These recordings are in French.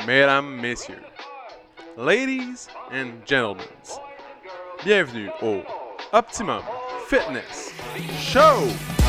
Mesdames, Messieurs, Ladies and Gentlemen, bienvenue au Optimum Fitness Show!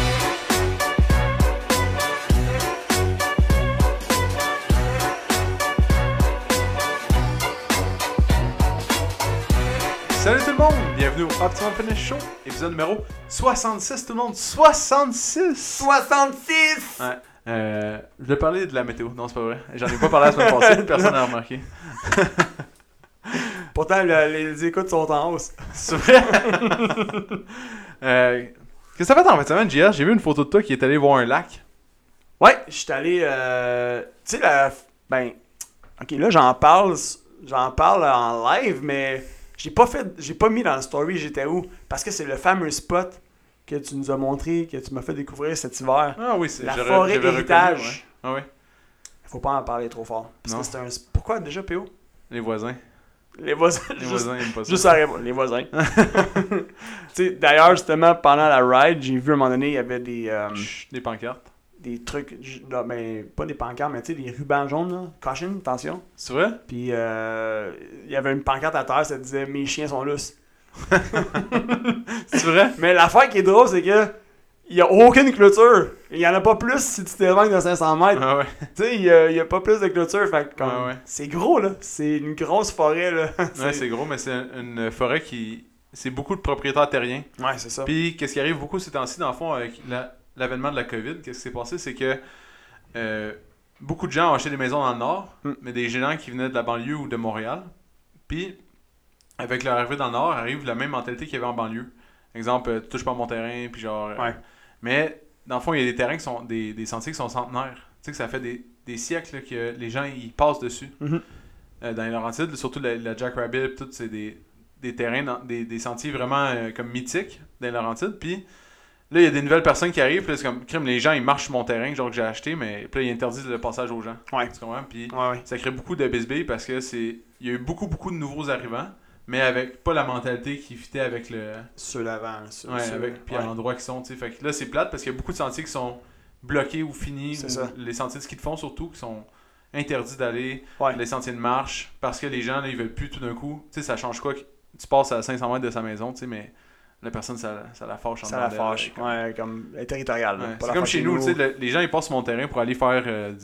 Salut tout le monde, bienvenue au Optimum Fitness Show, épisode numéro 66 tout le monde, 66! 66! Ouais. Je vais parler de la météo. Non, c'est pas vrai. J'en ai pas parlé la semaine passée, personne n'a remarqué. Pourtant, les écoutes sont en hausse. C'est vrai? Qu'est-ce que ça fait en fin de semaine, JR? J'ai vu une photo de toi qui est allé voir un lac. Ouais, je suis allé... tu sais, ok, là, j'en parle en live, mais j'ai pas mis dans la story j'étais où. Parce que c'est le fameux spot que tu nous as montré, que tu m'as fait découvrir cet hiver. Ah oui, c'est la forêt héritage. Ouais. Ah oui. Faut pas en parler trop fort. Parce Non. que c'est un... Pourquoi déjà, PO? Les voisins. Les voisins. Les voisins aiment pas ça. Juste à répondre, les voisins. Tu sais, d'ailleurs, justement, pendant la ride, j'ai vu à un moment donné, il y avait Des pancartes. des trucs, pas des pancartes, mais tu sais, des rubans jaunes, là. Caution, attention. C'est vrai? Puis, il y avait une pancarte à terre, ça disait « Mes chiens sont lousses ». C'est vrai? Mais l'affaire qui est drôle, c'est que il y a aucune clôture. Il y en a pas plus si tu t'éloignes de 500 mètres. Ah ouais. Tu sais, il y a pas plus de clôture. Fait que comme, Ouais. c'est gros, là. C'est une grosse forêt, là. Ouais, c'est gros, mais c'est une forêt qui... C'est beaucoup de propriétaires terriens. Ouais, c'est ça. Puis, qu'est-ce qui arrive beaucoup ces temps-ci, dans le fond, avec l'avènement de la COVID, qu'est-ce qui s'est passé, c'est que beaucoup de gens ont acheté des maisons dans le Nord, mais des gens qui venaient de la banlieue ou de Montréal. Puis, avec leur arrivée dans le Nord, arrive la même mentalité qu'il y avait en banlieue. Exemple, touche pas à mon terrain, puis genre... Ouais. Mais, dans le fond, il y a des terrains qui sont... des sentiers qui sont centenaires. Tu sais que ça fait des siècles là, que les gens, ils passent dessus. Mm-hmm. Dans les Laurentides, surtout la Jack Rabbit, tout, c'est des terrains, des sentiers vraiment comme mythiques dans les Laurentides. Puis là, il y a des nouvelles personnes qui arrivent. Puis là, c'est comme, crime, les gens, ils marchent sur mon terrain, genre que j'ai acheté, mais puis là, ils interdisent le passage aux gens. Ouais. Tu comprends? Puis Ouais. ça crée beaucoup de bisbilles parce que il y a eu beaucoup de nouveaux arrivants, mais avec pas la mentalité qui fitait avec le. Sur l'avant. Puis à l'endroit qu'ils sont, tu sais. Fait que là, c'est plate parce qu'il y a beaucoup de sentiers qui sont bloqués ou finis. C'est ou ça. les sentiers de ski de fond, surtout, qui sont interdits d'aller. Ouais. Les sentiers de marche, parce que les gens, là, ils veulent plus tout d'un coup. Tu sais, ça change quoi? Tu passes à 500 mètres de sa maison, tu sais, mais la personne, ça la fâche. Ça la fâche. Comme elle est territoriale. Ouais. C'est comme chez nous, tu sais, les gens, ils passent sur mon terrain pour aller faire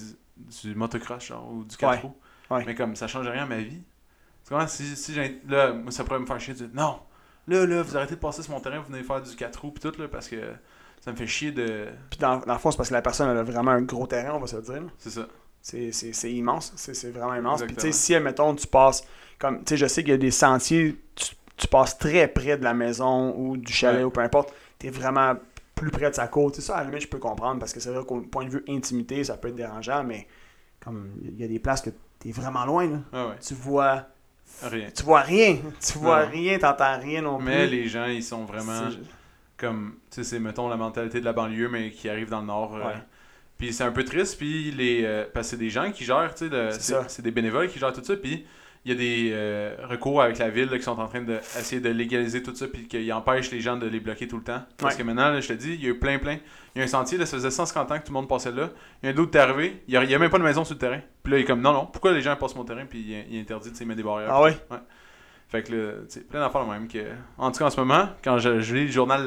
du motocross, genre, ou du 4 roues. Ouais. Mais comme, ça change rien à ma vie. Tu vois, si là, moi, ça pourrait me faire chier de dire, non, là, vous arrêtez de passer sur mon terrain, vous venez faire du 4 roues, pis tout, là, parce que ça me fait chier de... Puis dans le fond, c'est parce que la personne elle a vraiment un gros terrain, on va se le dire. Là. C'est ça. C'est immense. C'est vraiment immense. Puis tu Exactement. sais, si, admettons, tu passes... comme tu sais, je sais qu'il y a des sentiers, tu passes très près de la maison ou du chalet Ouais. ou peu importe, t'es vraiment plus près de sa côte. Ça, à la limite, je peux comprendre parce que c'est vrai qu'au point de vue intimité, ça peut être dérangeant, mais comme il y a des places que t'es vraiment loin, là. Ah ouais. Tu vois Rien. rien. Tu vois Non. rien, t'entends rien non plus. Mais les gens, ils sont vraiment C'est- comme, tu sais, c'est, mettons, la mentalité de la banlieue, mais qui arrive dans le Nord. Ouais. Puis c'est un peu triste, puis parce que c'est des gens qui gèrent, tu sais, C'est ça. c'est des bénévoles qui gèrent tout ça, puis il y a des recours avec la ville là, qui sont en train d'essayer de légaliser tout ça, puis qu'ils empêchent les gens de les bloquer tout le temps. Parce que maintenant, là, je te dis, il y a eu plein. Il y a un sentier, là, ça faisait 150 ans que tout le monde passait là. Il y a un d'autre qui est arrivé, il y a même pas de maison sur le terrain. Puis là, il est comme, non, pourquoi les gens passent mon terrain, puis il interdit, tu sais, il met des barrières. Ah ouais? Ouais. Fait que là, tu sais, plein d'affaires même que... En tout cas, en ce moment, quand je lis le journal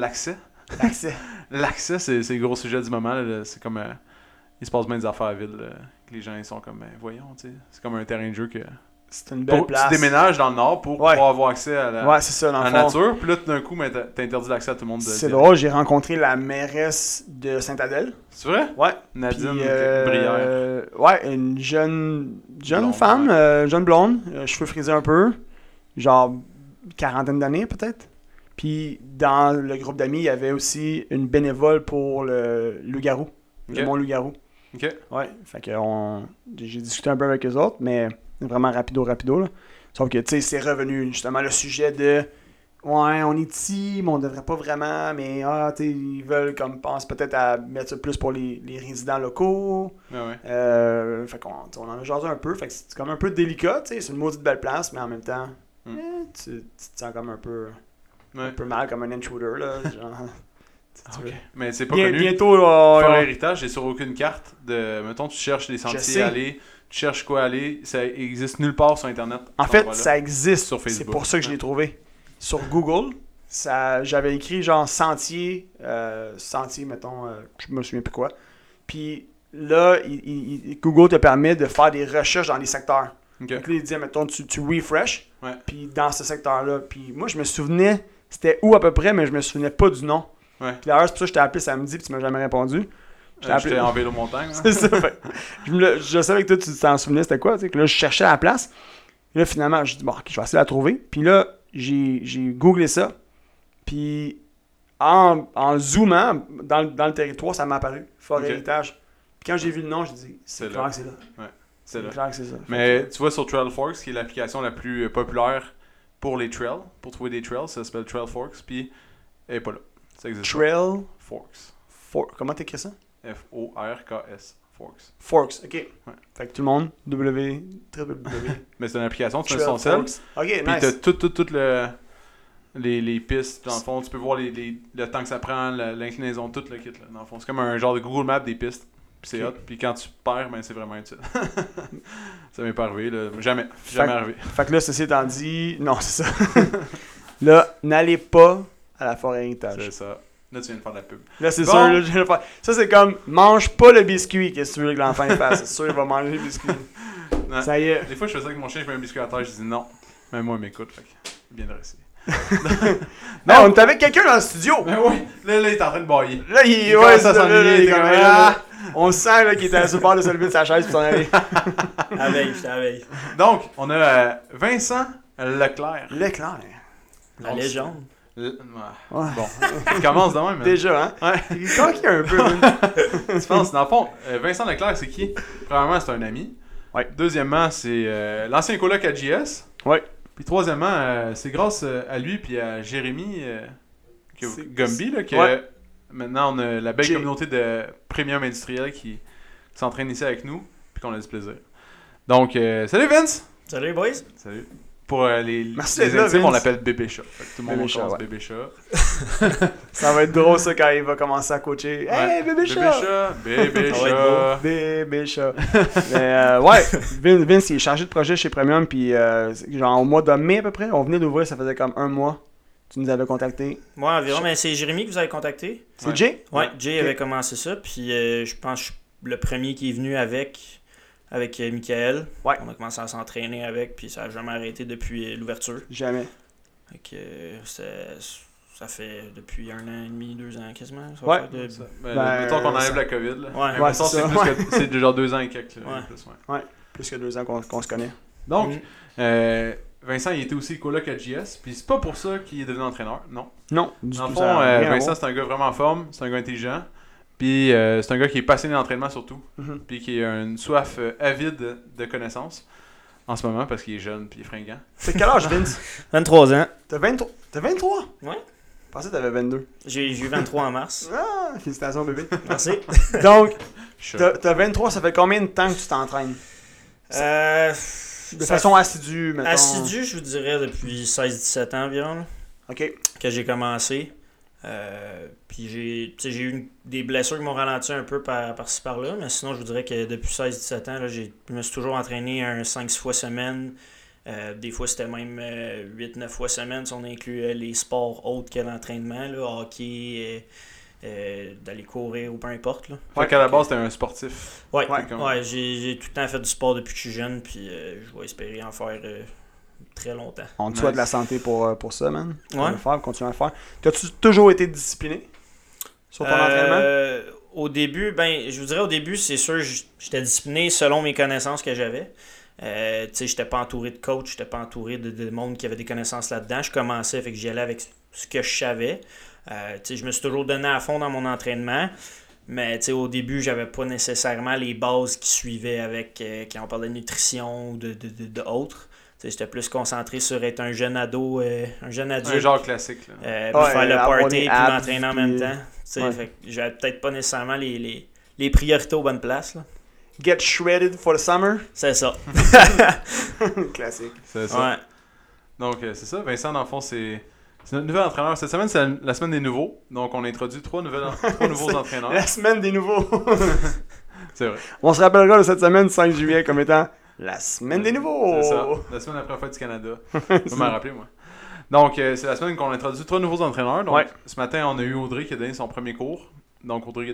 L'Accès, c'est le gros sujet du moment. Là, c'est comme... il se passe bien des affaires à la ville. Là, que les gens, ils sont comme... voyons, tu sais. C'est comme un terrain de jeu que... C'est une belle place. Tu déménages dans le Nord pour pouvoir avoir accès à la, c'est ça, dans à le la fond. nature. Puis là, tout d'un coup, t'as interdit l'accès à tout le monde. C'est drôle, j'ai rencontré la mairesse de Sainte-Adèle. C'est vrai? Ouais. Nadine Puis, Brière. Ouais, une jeune Blonde, femme, jeune blonde, cheveux frisés un peu, genre quarantaine d'années peut-être. Puis dans le groupe d'amis, il y avait aussi une bénévole pour le loup-garou, Ok. le mont loup-garou. OK. Ouais, fait que j'ai discuté un peu avec eux autres, mais vraiment rapido là. Sauf que, tu sais, c'est revenu justement le sujet de ouais, on est ici, mais on devrait pas vraiment, mais tu sais, ils veulent comme pense peut-être à mettre ça plus pour les résidents locaux. Ouais. Fait qu'on en a jasé un peu, fait que c'est comme un peu délicat, tu sais, c'est une maudite belle place, mais en même temps, tu te sens comme un peu mal, comme un intruder, là, genre, Ok. Mais c'est pas Bien, connu. bientôt, Forêt Héritage, c'est sur aucune carte. Mettons, tu cherches des sentiers à aller, tu cherches quoi aller, ça existe nulle part sur Internet. En fait, ça existe. Sur Facebook. C'est pour ça que je l'ai trouvé. Sur Google, j'avais écrit genre sentier, mettons, je me souviens plus quoi. Puis là, Google te permet de faire des recherches dans les secteurs. Okay. Donc là, il dit, mettons, tu refresh, ouais. puis dans ce secteur-là. Puis moi, je me souvenais, c'était où à peu près, mais je me souvenais pas du nom. Ouais. Puis d'ailleurs, c'est pour ça que je t'ai appelé samedi, puis tu m'as jamais répondu. J'étais en vélo montagne. C'est ça. Je savais que toi, tu t'en souvenais, c'était quoi. Que là, je cherchais à la place. Et là, finalement, je dis, bon, ok, je vais essayer de la trouver. Puis là, j'ai googlé ça. Puis en zoomant dans le territoire, ça m'a apparu. Forêt Héritage. Puis quand j'ai vu le nom, j'ai dit, c'est clair que c'est là. Ouais, c'est là. Clair que c'est ça. Mais tu vois, sur Trailforks, qui est l'application la plus populaire pour les trails, pour trouver des trails, ça s'appelle Trailforks, puis elle n'est pas là. Ça existe Trail Forks. Comment t'écris ça? F-O-R-K-S. Forks. Forks, ok. Ouais. Fait que tout le monde, www. Mais c'est une application, tu mets son sel. Ok, puis nice. t'as toutes les pistes, dans le fond, tu peux voir le temps que ça prend, l'inclinaison, tout le kit, là, dans le fond. C'est comme un genre de Google Maps des pistes. Puis c'est hot. Puis quand tu perds, ben c'est vraiment utile. Ça m'est pas arrivé, là. Jamais arrivé. Fait que là, ceci étant dit, non, c'est ça. Là, n'allez pas à la Forêt Héritage. C'est ça. Là, tu viens de faire de la pub. Là, c'est sûr, là, je viens de faire. Ça, c'est comme, mange pas le biscuit, qu'est-ce que tu veux que l'enfant fasse. C'est sûr, il va manger le biscuit. Non. Ça y est. Des fois, je fais ça avec mon chien, je mets un biscuit à terre, je dis non. Même moi, il m'écoute, fait que bien dressé. Non, on est avec quelqu'un dans le studio. Ben oui, là, il est en train de bailler. Là, il commence à s'ennuyer, il est comme, ah! On sent là, qu'il était sur le bord de se lever de sa chaise et s'en aller. J'étais à veille. Donc, on a Vincent Leclerc. Leclerc. La légende. Ouais. Ouais. Bon, il commence de même. Déjà, hein? Ouais. Il est coquille un peu. Tu penses, dans le fond, Vincent Leclerc, c'est qui? Premièrement, c'est un ami. Ouais. Deuxièmement, c'est l'ancien coloc à JS. Ouais. Puis troisièmement, c'est grâce à lui puis à Jérémy Gumby là, que maintenant on a la belle communauté de premium industriel qui s'entraîne ici avec nous puis qu'on a du plaisir. Donc, salut Vince! Salut boys! Salut! Pour les là, intimes, Vince. on l'appelle Bébé Chat. Fait que tout le monde Bébé Chat, pense ouais. Bébé Chat. Ça va être drôle ça quand il va commencer à coacher. Hey, bébé chat! Bébé Ça va être Chat! Bébé chat. Mais ouais, Vince il est chargé de projet chez Premium, puis genre au mois de mai à peu près, on venait d'ouvrir, ça faisait comme un mois. Tu nous avais contacté. Moi environ, mais c'est Jérémy que vous avez contacté. C'est Ouais. Jay? Ouais, Jay avait commencé ça, puis je pense que je suis le premier qui est venu avec Michael. Ouais. On a commencé à s'entraîner avec, puis ça n'a jamais arrêté depuis l'ouverture. Jamais. Fait que ça fait depuis 1 an et demi, 2 ans quasiment. Ça Ouais. va faire de- Ben, mettons qu'on enlève ça- la COVID. Là. Ouais. Mais Ouais, mettons, c'est c'est ça. plus que c'est genre 2 ans et quelques. Là, Ouais. plus, ouais. Plus que 2 ans qu'on se connaît. Donc, Mm. Vincent, il était aussi coloc à JS. Puis c'est pas pour ça qu'il est devenu entraîneur. Non. Non, du Dans le tout. fond, ça a rien à Vincent, voir. c'est un gars vraiment en forme. C'est un gars intelligent. Puis c'est un gars qui est passionné d'entraînement surtout. Mhm. Puis qui a une soif avide de connaissances. En ce moment, parce qu'il est jeune puis il est fringant. T'as quel âge, Vince? 23 ans. T'as 23? T'as 23? Ouais. Je pensais que t'avais 22. J'ai eu 23 en mars. Ah, félicitations, bébé. Merci. Donc, Chat. t'as 23, ça fait combien de temps que tu t'entraînes? De Ça façon assidue, mettons. Assidu, je vous dirais, depuis 16-17 ans environ, là, OK. que j'ai commencé. Puis j'ai eu des blessures qui m'ont ralenti un peu par-ci par-là, mais sinon je vous dirais que depuis 16-17 ans, là, je me suis toujours entraîné 5-6 fois semaine. Des fois c'était même 8-9 fois semaine si on inclut les sports autres que l'entraînement, là, hockey, d'aller courir ou peu importe. Là. Fait qu'à la base, t'es un sportif. Ouais, Ouais, ouais, j'ai tout le temps fait du sport depuis que je suis jeune, puis je vais espérer en faire très longtemps. On te Nice. souhaite de la santé pour ça, man. Pour Ouais. le faire, continuer à le faire. T'as-tu toujours été discipliné sur ton entraînement? Au début, je vous dirais au début, c'est sûr, j'étais discipliné selon mes connaissances que j'avais. Tu sais, j'étais pas entouré de coach, j'étais pas entouré de monde qui avait des connaissances là-dedans. Je commençais, fait que j'y allais avec ce que je savais. Tu sais, je me suis toujours donné à fond dans mon entraînement. Mais tu sais, au début, j'avais pas nécessairement les bases qui suivaient avec quand on parlait de nutrition ou de autres. Tu sais, j'étais plus concentré sur être un jeune ado, un jeune adulte. Un genre classique. Là. Puis Ouais, faire le avoir party des puis abs, m'entraîner en puis- même temps. Tu sais, ouais. fait que j'avais peut-être pas nécessairement les priorités aux bonnes places. Là. Get shredded for the summer? C'est ça. Classique. C'est ça. Ouais. Donc, c'est ça. Vincent, dans le fond, c'est C'est notre nouvel entraîneur. Cette semaine, c'est la semaine des nouveaux. Donc, on a introduit 3 nouveaux entraîneurs. La semaine des nouveaux. C'est vrai. On se rappellera de cette semaine 5 juillet comme étant la semaine des nouveaux. C'est ça. La semaine après la fête du Canada. Je vais m'en rappeler, moi. Donc, c'est la semaine qu'on a introduit 3 nouveaux entraîneurs. Donc, ce matin, on a eu Audrey qui a donné son premier cours. Donc, Audrey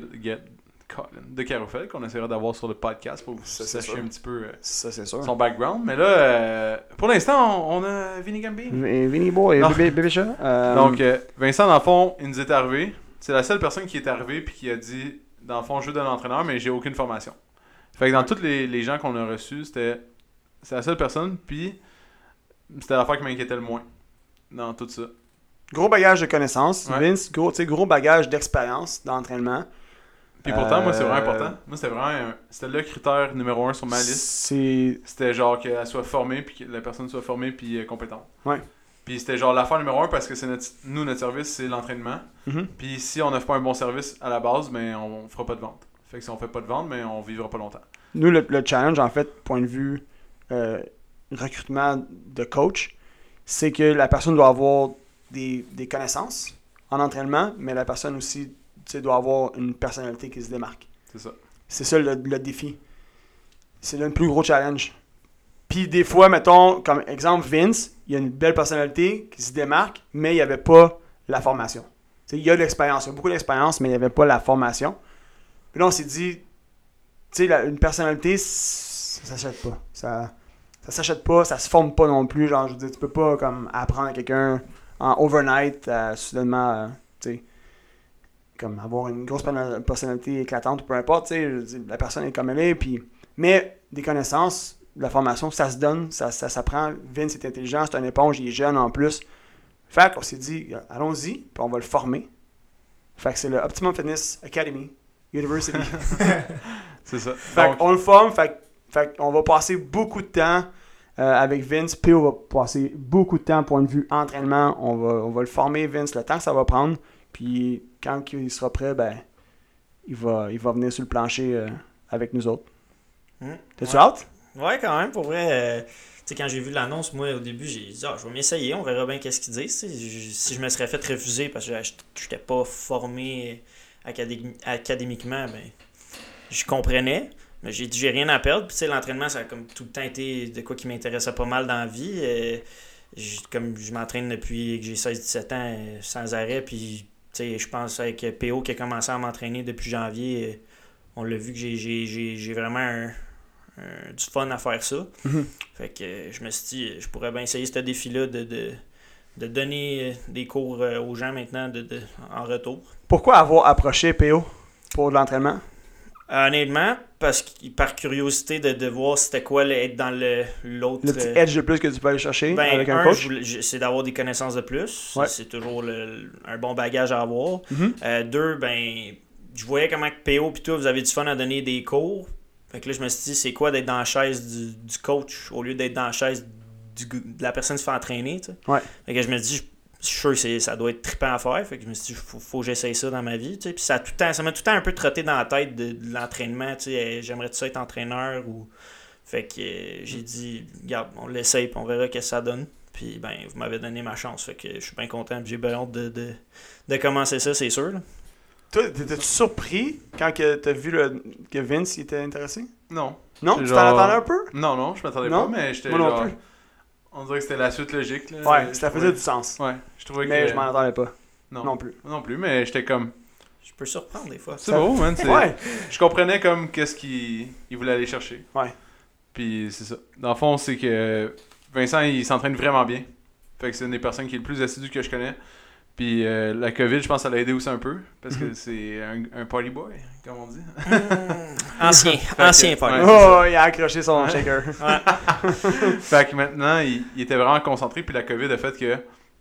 de Carofel, qu'on essaiera d'avoir sur le podcast pour que vous sachiez un petit peu son background. Mais là, pour l'instant, on a Vinny Gambi. Vinny Boy, bébé chat. Donc, Vincent, dans le fond, il nous est arrivé. C'est la seule personne qui est arrivée et qui a dit, dans le fond, je veux de l'entraîneur, mais j'ai aucune formation. Fait que dans tous les gens qu'on a reçus, c'est la seule personne, puis c'était l'affaire qui m'inquiétait le moins dans tout ça. Gros bagage de connaissances. Vince, gros bagage d'expérience d'entraînement. Puis pourtant, moi, c'est vraiment important. Moi, c'était le critère numéro 1 sur ma liste. C'était genre qu'elle soit formée, puis que la personne soit formée, puis compétente. Ouais. Puis c'était genre l'affaire numéro 1 parce que notre service, c'est l'entraînement. Mm-hmm. Puis si on n'offre pas un bon service à la base, ben on fera pas de vente. Fait que si on fait pas de vente, ben on vivra pas longtemps. Nous, le challenge, en fait, point de vue recrutement de coach, c'est que la personne doit avoir des connaissances en entraînement, mais la personne aussi doit avoir une personnalité qui se démarque. C'est ça. C'est ça le défi. C'est le plus gros challenge. Puis des fois, mettons, comme exemple, Vince, il a une belle personnalité qui se démarque, mais il n'y avait pas la formation. T'sais, il y a de l'expérience, il y a beaucoup d'expérience, mais il n'y avait pas la formation. Puis là, on s'est dit, une personnalité, ça s'achète pas. Ça s'achète pas, ça se forme pas non plus. Genre, je veux dire, tu peux pas comme apprendre à quelqu'un en overnight, soudainement, comme avoir une grosse personnalité éclatante ou peu importe, la personne est comme elle est, puis mais des connaissances, de la formation, ça se donne, ça s'apprend. Vince est intelligent, c'est un éponge, il est jeune en plus. Fait qu'on s'est dit, allons-y, puis on va le former. Fait que c'est le Optimum Fitness Academy University. C'est ça. Fait qu'on le forme, fait qu'on va passer beaucoup de temps avec Vince, puis on va passer beaucoup de temps, point de vue entraînement, on va le former, Vince, le temps que ça va prendre. Puis quand il sera prêt, ben il va venir sur le plancher avec nous autres. T'es-tu hâte? Ouais, quand même, pour vrai. Quand j'ai vu l'annonce, moi, au début, j'ai dit je vais m'essayer, on verra bien qu'est-ce qu'ils disent. Si je me serais fait refuser parce que je n'étais pas formé académiquement, ben je comprenais. Mais j'ai dit j'ai rien à perdre. Puis l'entraînement, ça a comme tout le temps été de quoi qui m'intéressait pas mal dans la vie. Comme je m'entraîne depuis que j'ai 16-17 ans sans arrêt, puis je pense avec PO qui a commencé à m'entraîner depuis janvier, on l'a vu que j'ai vraiment du fun à faire ça. Mm-hmm. Fait que je me suis dit, je pourrais bien essayer ce défi-là de donner des cours aux gens maintenant en retour. Pourquoi avoir approché PO pour de l'entraînement? Honnêtement, parce que par curiosité de voir c'était quoi être dans l'autre... Le petit edge de plus que tu peux aller chercher avec un coach? C'est d'avoir des connaissances de plus. Ouais. C'est toujours un bon bagage à avoir. Mm-hmm. 2, je voyais comment PO et tout, vous avez du fun à donner des cours. Fait que là, je me suis dit, c'est quoi d'être dans la chaise du coach au lieu d'être dans la chaise de la personne qui se fait entraîner, tu sais. Ouais. Fait que je me suis dit, je suis sûr que ça doit être trippant à faire. Fait que je me suis dit, faut que j'essaye ça dans ma vie, tu sais. Puis ça m'a tout le temps un peu trotté dans la tête de l'entraînement, tu sais. J'aimerais ça être entraîneur ou... Fait que j'ai dit, regarde, on l'essaye puis on verra ce que ça donne. Puis vous m'avez donné ma chance. Fait que je suis bien content. J'ai bien hâte de commencer ça, c'est sûr, là. Toi, t'étais-tu surpris quand t'as vu que Vince était intéressé? Non. Non? Tu t'en attendais un peu? Non, je m'attendais pas, mais j'étais moi non plus. On dirait que c'était la suite logique. Là. Ouais, ça faisait du sens. Ouais, je trouvais mais que... je m'en attendais pas. Non plus. Non plus, mais j'étais comme... Je peux surprendre des fois. C'est beau, man. Ouais. Je comprenais comme qu'est-ce qu'il voulait aller chercher. Ouais. Puis c'est ça. Dans le fond, c'est que Vincent, il s'entraîne vraiment bien. Fait que c'est une des personnes qui est le plus assidu que je connais. Puis la COVID, je pense que ça l'a aidé aussi un peu. Parce que c'est un party boy, comme on dit. Ancien party. Oh, il a accroché son shaker. Fait que maintenant, il était vraiment concentré. Puis la COVID a fait que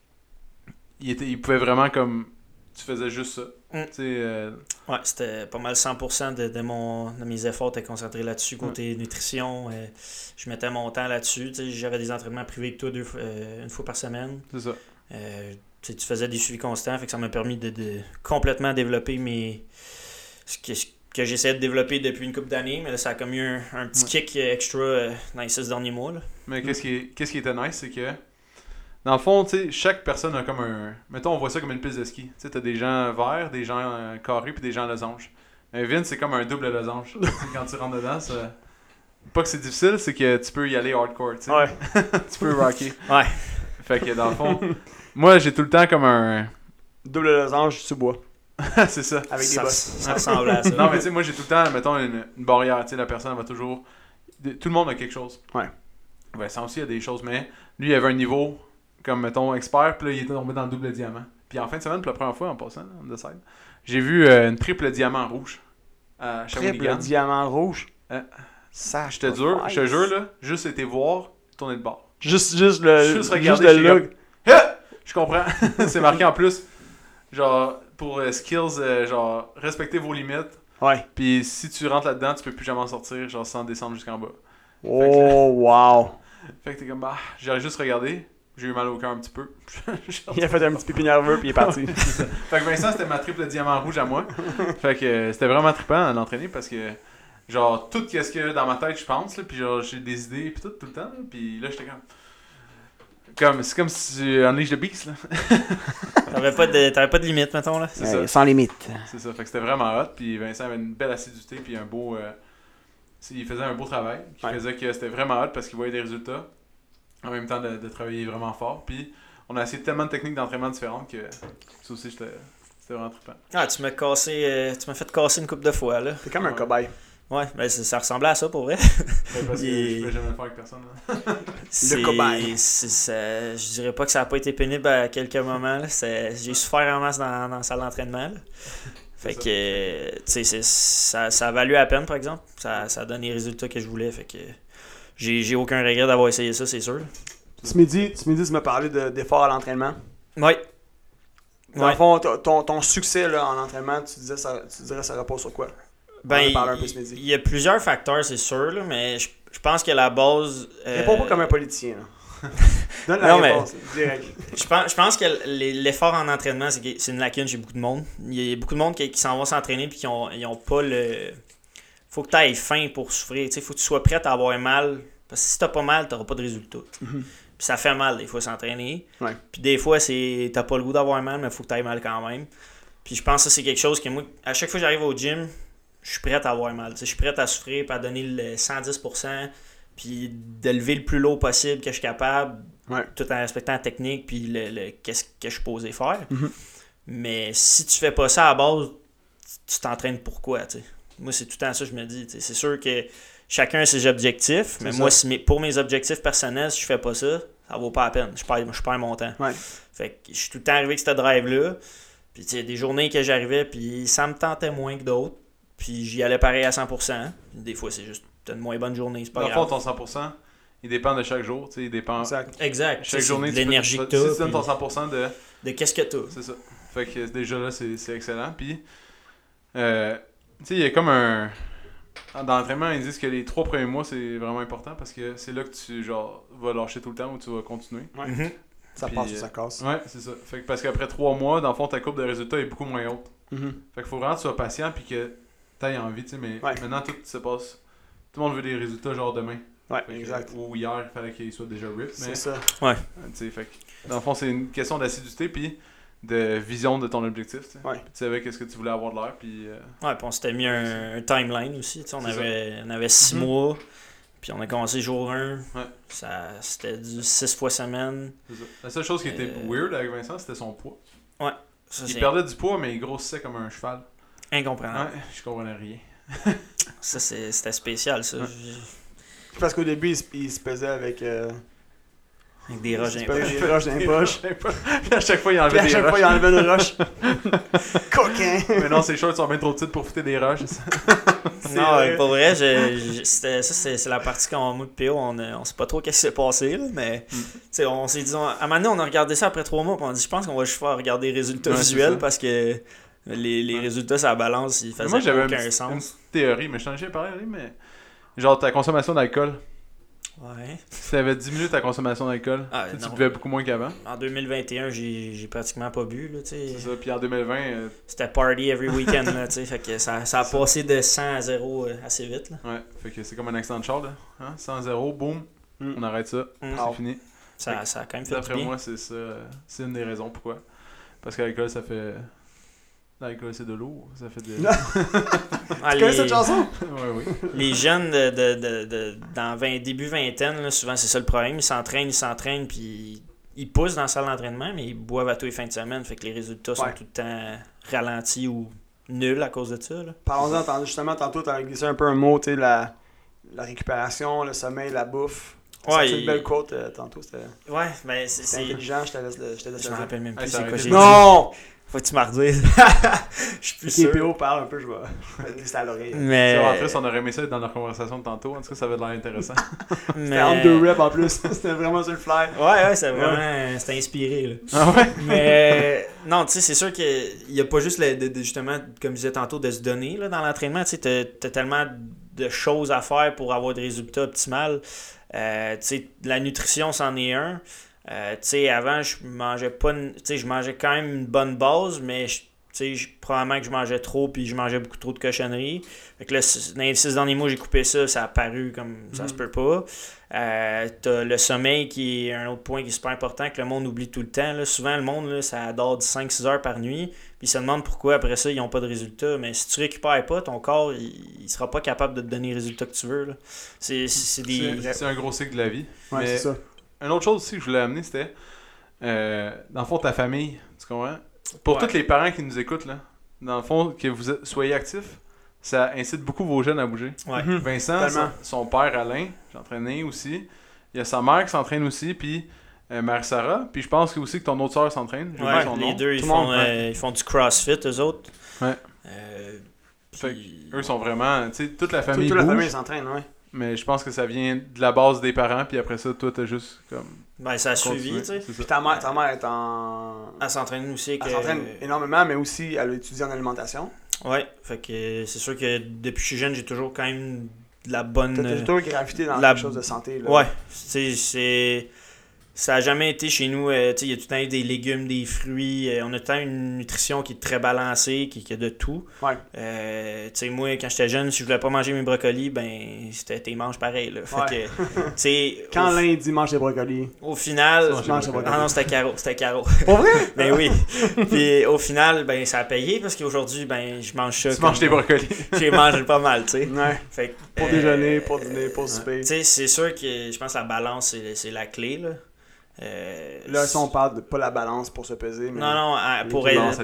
il pouvait vraiment comme... Tu faisais juste ça. Ouais, c'était pas mal 100% de mes efforts étaient concentrés là-dessus, côté nutrition. Je mettais mon temps là-dessus. J'avais des entraînements privés avec toi une fois par semaine. C'est ça. Tu faisais des suivis constants, fait que ça m'a permis de complètement développer ce que j'essayais de développer depuis une couple d'années, mais là, ça a comme eu un petit kick extra dans les 6 derniers mois. Là. Mais qu'est-ce qui était nice, c'est que Dans le fond, tu sais, chaque personne a comme un... Mettons, on voit ça comme une piste de ski. Tu sais, t'as des gens verts, des gens carrés, puis des gens losange. Un Vince, c'est comme un double losange. Quand tu rentres dedans, ça... Pas que c'est difficile, c'est que tu peux y aller hardcore, tu sais. Ouais. Tu peux rocker. Ouais. Fait que dans le fond, moi, j'ai tout le temps comme un... Double losange sous bois. c'est ça. Avec des Ça, bosses. ça ressemble à ça. Non, mais tu sais, moi, j'ai tout le temps, mettons, une barrière. Tu sais, la personne va toujours... Tout le monde a quelque chose. Ouais. Vincent aussi a des choses, mais lui, il avait un niveau, comme, mettons, expert, puis là, il était tombé dans le double diamant. Puis en fin de semaine, pour la première fois, en passant, on décide, j'ai vu une triple diamant rouge à Shawinigan. Triple diamant rouge. Ça, je te jure, là, juste été voir, tourner de bord. Juste le Juste regarder, juste le j'étais look. Je comprends. C'est marqué en plus, genre, pour skills, genre, respectez vos limites. Ouais. Puis si tu rentres là-dedans, tu peux plus jamais en sortir, genre, sans descendre jusqu'en bas. Oh, wow. Fait que t'es comme, bah, j'ai juste regardé. J'ai eu mal au cœur un petit peu. Il a fait un petit pipi nerveux puis il est parti. Fait que Vincent, c'était ma triple diamant rouge à moi. Fait que c'était vraiment trippant à l'entraîner parce que, genre, tout ce qu'il y a dans ma tête, je pense, là, puis genre, j'ai des idées, puis tout le temps, là, puis là, j'étais c'est comme si tu unleash the beast, là. T'avais pas de limite, mettons, là. C'est ça. Sans limite. C'est ça. Fait que c'était vraiment hot, puis Vincent avait une belle assiduité, puis un beau... il faisait un beau travail, qui faisait que c'était vraiment hot parce qu'il voyait des résultats, en même temps de travailler vraiment fort, puis on a essayé tellement de techniques d'entraînement différentes que ça aussi, c'était vraiment trippant. Ah, tu m'as fait casser une couple de fois, là. C'est comme un cobaye. Ouais, ben ça ressemblait à ça, pour vrai. Parce que je pouvais jamais le faire avec personne, là. Le cobaye. Je dirais pas que ça a pas été pénible à quelques moments, là. J'ai souffert en masse dans la salle d'entraînement, là. Fait que, tu sais, ça a valu la peine, par exemple. Ça a donné les résultats que je voulais. Fait que j'ai aucun regret d'avoir essayé ça, c'est sûr. Ce midi, tu m'as parlé d'efforts à l'entraînement. Oui. Dans le fond, ton succès là, en entraînement, tu dirais ça repose sur quoi? Ben, on en a parlé un peu ce midi. Il y a plusieurs facteurs, c'est sûr, là, mais je pense que la base... Réponds pas comme un politicien. Là. Donne la Non, réponse, direct. Je pense que l'effort en entraînement, c'est une lacune chez beaucoup de monde. Il y a beaucoup de monde qui s'en va s'entraîner et qui ont pas le... Faut que tu ailles faim pour souffrir. Il faut que tu sois prêt à avoir mal. Parce que si t'as pas mal, t'auras pas de résultat. Mm-hmm. Puis ça fait mal des fois s'entraîner. Ouais. Puis des fois, t'as pas le goût d'avoir mal, mais il faut que tu ailles mal quand même. Puis je pense que ça, c'est quelque chose que moi, à chaque fois que j'arrive au gym, je suis prêt à avoir mal. Je suis prêt à souffrir, puis à donner le 110%, puis de lever le plus lourd possible que je suis capable, tout en respectant la technique, puis qu'est-ce que je suis posé faire. Mm-hmm. Mais si tu fais pas ça à la base, tu t'entraînes pourquoi, t'sais? Moi, c'est tout le temps ça que je me dis. C'est sûr que chacun a ses objectifs, mais moi, pour mes objectifs personnels, si je fais pas ça, ça vaut pas la peine. Je perds mon temps. Ouais. Fait que je suis tout le temps arrivé avec cette drive-là. Puis tu sais, des journées que j'arrivais, puis ça me tentait moins que d'autres. Puis j'y allais pareil à 100%. Des fois, c'est juste une moins bonne journée, c'est pas grave. Dans le fond, ton 100%, il dépend de chaque jour. Il dépend... Exact. Chaque journée, l'énergie que tu t'as. Si tu donnes ton 100% de qu'est-ce que t'as. C'est ça. Fait que déjà là, c'est excellent. Puis, tu sais, il y a comme un... Dans l'entraînement, ils disent que les 3 premiers mois, c'est vraiment important parce que c'est là que tu vas lâcher tout le temps ou tu vas continuer. Ouais. Mm-hmm. Ça Puis, passe ou ça casse. Ouais, c'est ça. Fait que parce qu'après 3 mois, dans le fond, ta courbe de résultats est beaucoup moins haute. Mm-hmm. Fait qu'il faut vraiment que tu sois patient puis que tu aies envie, tu sais, mais maintenant tout se passe. Tout le monde veut des résultats genre demain. Ouais, Fait que, exact. ou hier, il fallait qu'il soit déjà rip. C'est ça. Ouais. Tu sais, fait que, dans le fond, c'est une question d'assiduité puis de vision de ton objectif. Tu sais. Ouais. Puis tu savais qu'est-ce que tu voulais avoir de l'air. Puis, Ouais, puis on s'était mis un timeline aussi. On avait 6 mois. Puis on a commencé jour 1. Ouais. C'était du 6 fois semaine. c'est ça. La seule chose qui était weird avec Vincent, c'était son poids. Ouais. Ça, Il perdait du poids, mais il grossissait comme un cheval. incompréhensible. Ouais, je comprenais rien. Ça, c'était spécial, ça. Ouais. Parce qu'au début, il se pesait avec Avec des roches il se dans les pesait poches. des roches dans les poches. Puis à chaque fois, il Puis enlevait à des chaque roches. fois, il enlevait une roche. Coquin! Mais non, ses shorts sont bien trop petites pour foutre des roches. Non, pour vrai, c'est la partie quand moi et PO, on sait pas trop qu'est-ce qui s'est passé, là, mais on s'est dit, à un moment donné, on a regardé ça après 3 mois, puis on a dit, je pense qu'on va juste faire regarder les résultats visuels parce que les résultats, ça balance, ils faisaient aucun sens. Une théorie, mais je t'en ai jamais parlé, mais genre ta consommation d'alcool. Ouais. Si t'avais diminué ta consommation d'alcool, tu buvais beaucoup moins qu'avant. En 2021, j'ai pratiquement pas bu, là, tu sais. C'est ça, puis en 2020... C'était party every weekend, là, tu sais, fait que ça a passé de 100 à 0 assez vite, là. Ouais, fait que c'est comme un accident de char, là. Hein? 100-0, boum, on arrête ça, c'est fini. Ça a quand même fait du D'après bien. moi, c'est ça. C'est une des raisons pourquoi. Parce qu'à l'école, ça fait. L'alcool, c'est de l'eau. Ça fait de. Ah, Tu connais cette chanson? Oui. Les jeunes dans début vingtaine, là, souvent c'est ça le problème. Ils s'entraînent, puis ils poussent dans la salle d'entraînement, mais ils boivent à tous les fins de semaine. Fait que les résultats sont tout le temps ralentis ou nuls à cause de ça. Là. Parlons-en, justement, tantôt, tu as glissé un peu un mot, tu sais, la récupération, le sommeil, la bouffe. Ouais, C'est une belle quote tantôt, c'était mais c'est intelligent, je te laisse Je le me dire. rappelle même plus ça c'est aurait quoi été j'ai bon. dit. Non! Faut que tu m'en redises. Je suis plus Ok, sûr. PO parle un peu, je vais glisser à l'oreille. Mais... En plus, on aurait aimé ça dans leur conversation de tantôt. En tout cas, ça avait l'air intéressant. C'était entre deux reps en plus, c'était vraiment sur le fly. Ouais, c'est vraiment... C'était inspiré, là. Ah ouais? Mais non, tu sais, c'est sûr qu'il n'y a pas juste, justement, comme je disais tantôt, de se donner là, dans l'entraînement. Tu sais, t'as tellement de choses à faire pour avoir des résultats optimaux. Tu sais, la nutrition, c'en est un. Tu sais, avant, je mangeais pas... Tu sais, je mangeais quand même une bonne base, mais... probablement que je mangeais trop puis je mangeais beaucoup trop de cochonneries. Fait que là, dans les 6 derniers mois, j'ai coupé ça, ça a paru comme ça se peut pas. T'as le sommeil qui est un autre point qui est super important que le monde oublie tout le temps. Là. Souvent, le monde, là, ça dort 5-6 heures par nuit puis ils se demandent pourquoi après ça, ils n'ont pas de résultats. Mais si tu récupères pas, ton corps, il sera pas capable de te donner les résultats que tu veux. Là. C'est un gros cycle de la vie. Ouais, Mais c'est ça. une autre chose aussi que je voulais amener, c'était dans le fond, ta famille, tu comprends? Pour tous les parents qui nous écoutent, là, dans le fond, que vous soyez actifs, ça incite beaucoup vos jeunes à bouger. Ouais. Vincent, son père Alain, j'entraînais aussi. Il y a sa mère qui s'entraîne aussi, puis mère Sarah. Puis je pense que aussi que ton autre soeur s'entraîne. Ouais, les deux, ils font du CrossFit, eux autres. Ouais. Fait eux sont vraiment, tu sais, toute la famille Toute la bouge, famille s'entraîne, ouais. mais je pense que ça vient de la base des parents, puis après ça, toi, t'as juste comme... Ben, ça a suivi, tu sais. Puis ta mère est en... Elle s'entraîne aussi. Elle s'entraîne énormément, mais aussi elle a étudié en alimentation. Ouais, fait que c'est sûr que depuis que je suis jeune, j'ai toujours quand même de la bonne... T'as toujours gravité dans quelque chose de santé. Là. Ouais, c'est... Ça a jamais été chez nous, tu sais, il y a tout le temps eu des légumes, des fruits. On a tout le temps une nutrition qui est très balancée, qui a de tout. Ouais. Tu sais, moi, quand j'étais jeune, si je voulais pas manger mes brocolis, ben, c'était tes manges pareil, là. Fait que, tu sais... Quand l'un dit mange des brocolis. Au final... Ah non, c'était Caro. Pour vrai? Ben oui. Puis au final, ben, ça a payé parce qu'aujourd'hui, ben, je mange ça. Tu manges tes brocolis. J'ai mangé pas mal, tu sais. Ouais. Fait pour déjeuner, pour dîner, pour souper. Tu sais, c'est sûr que je pense que la balance, c'est la clé, là. Là, si on parle de pas la balance pour se peser, mais... Non, pour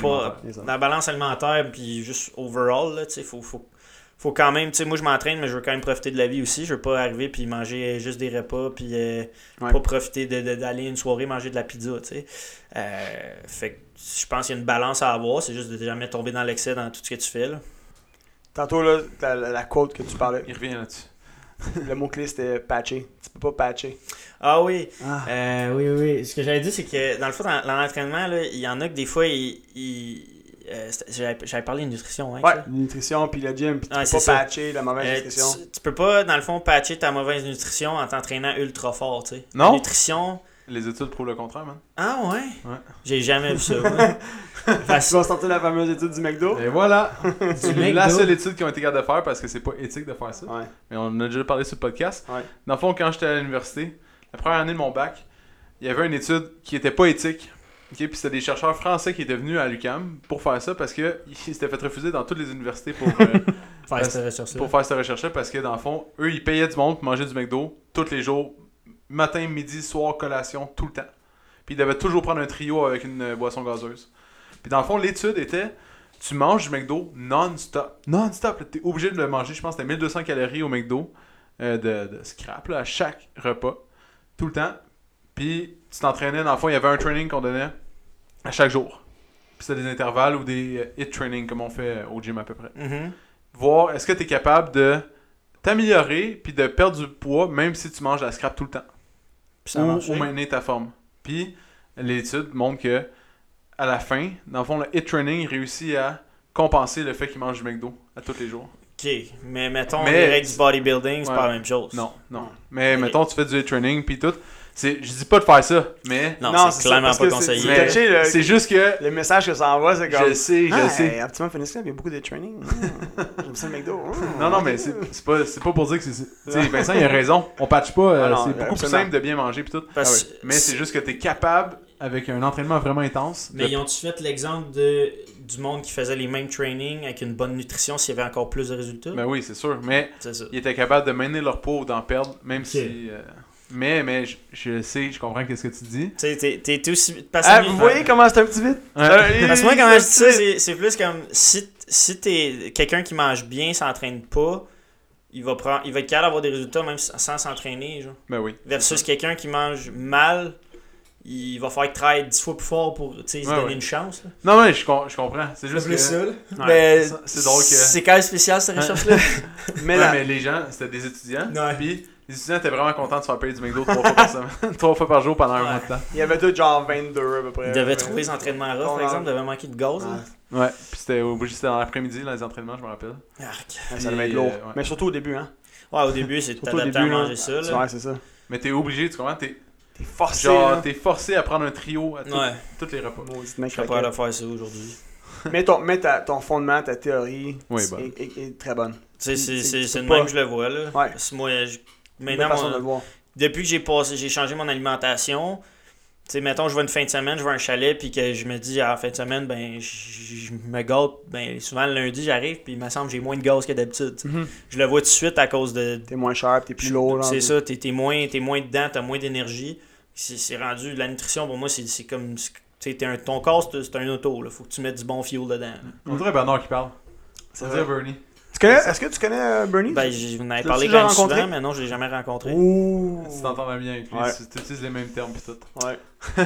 la balance alimentaire, puis juste overall, là, tu sais, faut quand même, tu sais, moi je m'entraîne, mais je veux quand même profiter de la vie aussi. Je veux pas arriver puis manger juste des repas, puis pas profiter d'aller une soirée manger de la pizza, tu sais. Fait que je pense qu'il y a une balance à avoir, c'est juste de jamais tomber dans l'excès dans tout ce que tu fais, là. Tantôt, là, la quote que tu parlais, Il revient là-dessus. le mot-clé c'était patcher. Tu peux pas patcher. Ah oui. Oui. Ce que j'avais dit, c'est que dans le fond, dans l'entraînement, là, il y en a que des fois, j'avais parlé de nutrition. Hein, ouais, la nutrition, puis le gym, puis tu peux pas patcher la mauvaise nutrition. Tu peux pas, dans le fond, patcher ta mauvaise nutrition en t'entraînant ultra fort, tu sais. Non? La nutrition... Les études prouvent le contraire, man. Ah ouais? Ouais. J'ai jamais vu ça. Tu vas sortir la fameuse étude du McDo. Et voilà! McDo. La seule étude qu'ils ont été capables de faire parce que c'est pas éthique de faire ça. Ouais. Mais on en a déjà parlé sur le podcast. Ouais. Dans le fond, quand j'étais à l'université, la première année de mon bac, il y avait une étude qui était pas éthique. Okay? Puis c'était des chercheurs français qui étaient venus à l'UQAM pour faire ça parce qu'ils s'étaient fait refuser dans toutes les universités pour faire cette recherche-là parce que dans le fond, eux, ils payaient du monde pour manger du McDo tous les jours, matin, midi, soir, collation, tout le temps. Puis ils devaient toujours prendre un trio avec une boisson gazeuse. Puis dans le fond, l'étude était, tu manges du McDo non-stop. Non-stop, t'es obligé de le manger, je pense que c'était 1200 calories au McDo de scrap là, à chaque repas, tout le temps. Puis tu t'entraînais, dans le fond, il y avait un training qu'on donnait à chaque jour. Puis c'était des intervalles ou des hit training comme on fait au gym à peu près. Mm-hmm. Voir est-ce que tu es capable de t'améliorer puis de perdre du poids même si tu manges la scrap tout le temps. Ou maintenir ta forme. Puis l'étude montre que à la fin, dans le fond, le hit training réussit à compenser le fait qu'il mange du McDo à tous les jours. Ok, mais mettons, les règles du bodybuilding, c'est pas la même chose. Non. Mais mettons, tu fais du hit training puis tout. Je dis pas de faire ça, mais Non, c'est clairement parce pas que conseillé. mais touché, c'est juste que le message que ça envoie, c'est comme... je sais. Optimum Fitness Club, il y a beaucoup de training. J'aime ça le McDo. Non, mais c'est pas pour dire que c'est... Tu sais, Vincent, il a raison. On patche pas. non, C'est beaucoup plus absolument. simple de bien manger pis tout. Parce- Mais c'est juste que t'es capable, avec un entraînement vraiment intense... Mais ils ont-tu fait l'exemple du monde qui faisait les mêmes trainings avec une bonne nutrition s'il y avait encore plus de résultats? Ben oui, c'est sûr. Mais C'est ça. ils étaient capables de maintenir leur poids ou d'en perdre, même si... Mais je sais, je comprends qu'est-ce que tu dis. Tu sais, t'es aussi... Vous voyez comment c'est un petit vite? Parce que moi, quand je dis ça, c'est plus comme si t'es quelqu'un qui mange bien, s'entraîne pas, il va être capable d'avoir des résultats même sans s'entraîner. Genre. Ben oui. Versus quelqu'un qui mange mal, il va falloir qu'il travaille 10 fois plus fort pour se donner une chance. Là. Non, mais je comprends. C'est juste que... ça. Ouais, Mais c'est drôle que... c'est quand même spécial cette recherche-là. mais les gens, c'était des étudiants. Ouais. Puis les étudiants étaient vraiment contents de se faire payer du McDo 3 fois par semaine. 3 fois par jour pendant un mois de temps. Il y avait tout genre 22 à peu près. Il devait trouver les entraînements rough, par exemple, il devait manquer de gaz. là. Ouais, puis c'était dans l'après-midi, dans les entraînements, je me rappelle. Arc. Ça devait être lourd. ouais. Mais surtout au début, hein. Ouais, au début, c'est Surtout au t'adapter à début, manger là. ça. Là. Ouais, c'est ça. Mais t'es obligé, tu comprends? T'es forcé, Genre, là. t'es forcé à prendre un trio à Ouais, tous les repas. Maudit mec je serais pas capable de faire ça aujourd'hui. Mais ton fondement, ta théorie Oui, est, bon. est très bonne. Tu sais, c'est peux le même pas. que je le vois. Là. Ouais. Parce que moi, Belle maintenant, façon de le voir. depuis que j'ai changé mon alimentation, tu sais, mettons, je vais une fin de semaine, je vais à un chalet, puis que je me dis, à la fin de semaine, ben, je me gâte. Ben, souvent, le lundi, j'arrive, puis il me semble que j'ai moins de gaz que d'habitude. tu sais. Je le vois tout de suite à cause de. T'es moins cher, t'es plus lourd. là. C'est ça, t'es moins dedans, t'as moins d'énergie. C'est rendu. La nutrition, pour moi, c'est comme. Tu sais, ton corps, c'est un auto. Là. Faut que tu mettes du bon fuel dedans. là. On dirait Bernard qui parle. C'est On dirait vrai. Bernie. Est-ce que tu connais Bernie? Ben, je vous en avais Tu parlé l'as-tu quand même rencontré? souvent, mais non, je l'ai jamais rencontré. Ouh. Tu t'entends bien avec lui, Ouais. tu utilises les mêmes termes pis tout. Ouais.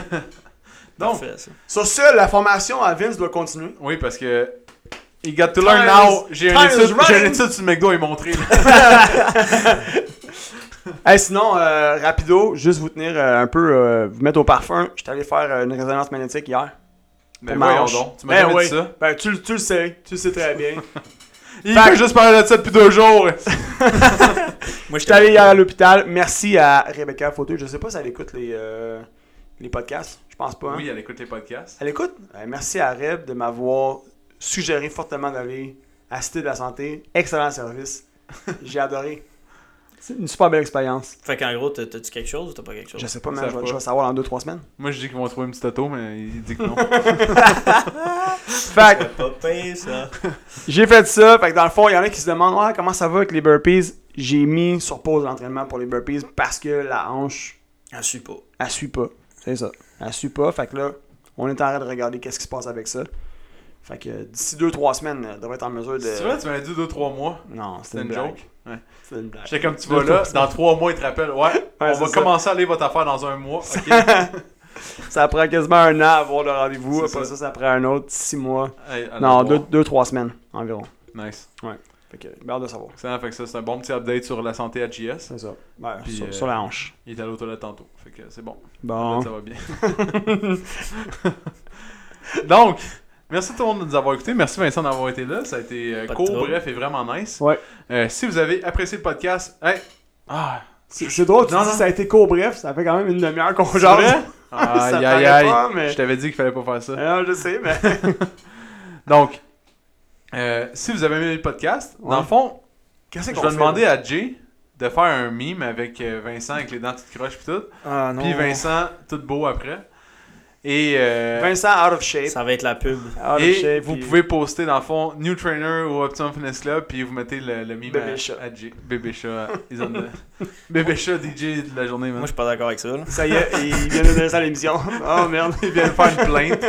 Donc, Parfait, ça. Sur ce, la formation à Vince doit continuer. oui, parce que... You got to learn Time now. is- J'ai time une is étude running. sur le McDo à lui montrer. là. Hey, sinon, rapido, juste vous tenir un peu, vous mettre au parfum. J'étais allé faire une résonance magnétique hier. Ben Pour ma voyons hanche. donc. Tu m'as Ben jamais oui. dit ça. Ben, tu le sais. Tu le sais très bien. Il Fait peut que- juste parler de ça depuis 2 jours. Moi, J'étais allé hier à l'hôpital. Merci à Rebecca Fauteuil. Je sais pas si elle écoute les podcasts. Je pense pas. Hein? Oui, elle écoute les podcasts. Elle écoute? Merci à Reb de m'avoir suggéré fortement d'aller à Cité de la Santé. Excellent service. J'ai adoré. C'est une super belle expérience. Fait qu'en gros, t'as-tu quelque chose ou t'as pas quelque chose? Je sais pas, mais Ça je va. vais savoir dans 2-3 semaines. Moi, je dis qu'ils vont trouver une petite auto, mais il dit que non. Fait que Pas pire, ça. j'ai fait ça. Fait que dans le fond, il y en a qui se demandent ouais, comment ça va avec les burpees. J'ai mis sur pause l'entraînement pour les burpees parce que la hanche, Je suis pas. elle suit pas. C'est ça. Elle suit pas. Fait que là, on est en train de regarder qu'est-ce qui se passe avec ça. Fait que d'ici 2-3 semaines, elle devrait être en mesure de. C'est vrai, tu m'avais dit 2-3 mois. Non, C'était c'était une blague. joke. Ouais. C'était une blague. J'étais comme tu vas là, dans 3 mois, il te rappelle. Ouais, on c'est va ça. commencer à aller votre affaire dans un mois. Ok. Ça prend quasiment un an à avoir le rendez-vous. C'est Après ça. ça prend un autre 6 mois. Hey, à Non, voir. 2-3 semaines environ. Nice. Fait que, j'ai hâte de savoir. Excellent, fait que ça, c'est un bon petit update sur la santé à JS. C'est ça. Ouais, Puis, sur la hanche. Il est allé aux toilettes tantôt. Fait que c'est bon. Bon. Ça va bien. Donc, merci tout le monde de nous avoir écoutés. Merci Vincent d'avoir été là. Ça a été Pas de court, trouble. bref et vraiment nice. Ouais. Si vous avez apprécié le podcast, C'est drôle, tu Non, dis non. ça a été court bref, ça fait quand même une demi-heure qu'on C'est jase. vrai? Ça Aïe, aïe, paraît aïe. pas, mais- Je t'avais dit qu'il fallait pas faire ça. Non, je sais, mais. Donc, si vous avez aimé le podcast, Ouais. dans le fond, Qu'est-ce je qu'on vais fait, demander là? à Jay de faire un meme avec Vincent avec les dents toutes croches pis tout. Ah non. Puis Vincent tout beau après. Et, Vincent out of shape. Ça va être la pub. Out of et shape, vous puis- pouvez poster dans le fond New Trainer ou Optimum Fitness Club puis vous mettez le meme Bébé chat. à Jay. Bébé chat. Ils ont Bébé chat DJ de la journée, man. Moi, je suis pas d'accord avec ça. Là. Ça y est, il vient de donner ça à l'émission. Oh merde. Il vient de faire une plainte.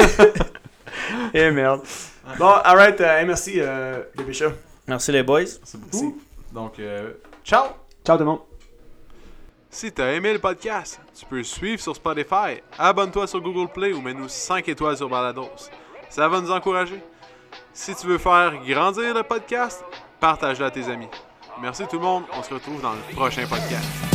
Eh merde. Bon, alright, merci, bébé chat. Merci les boys. C'est beaucoup. Donc, ciao! Ciao tout le monde. Si t'as aimé le podcast, tu peux suivre sur Spotify, abonne-toi sur Google Play ou mets-nous 5 étoiles sur Balados. Ça va nous encourager. Si tu veux faire grandir le podcast, partage-le à tes amis. Merci tout le monde, on se retrouve dans le prochain podcast.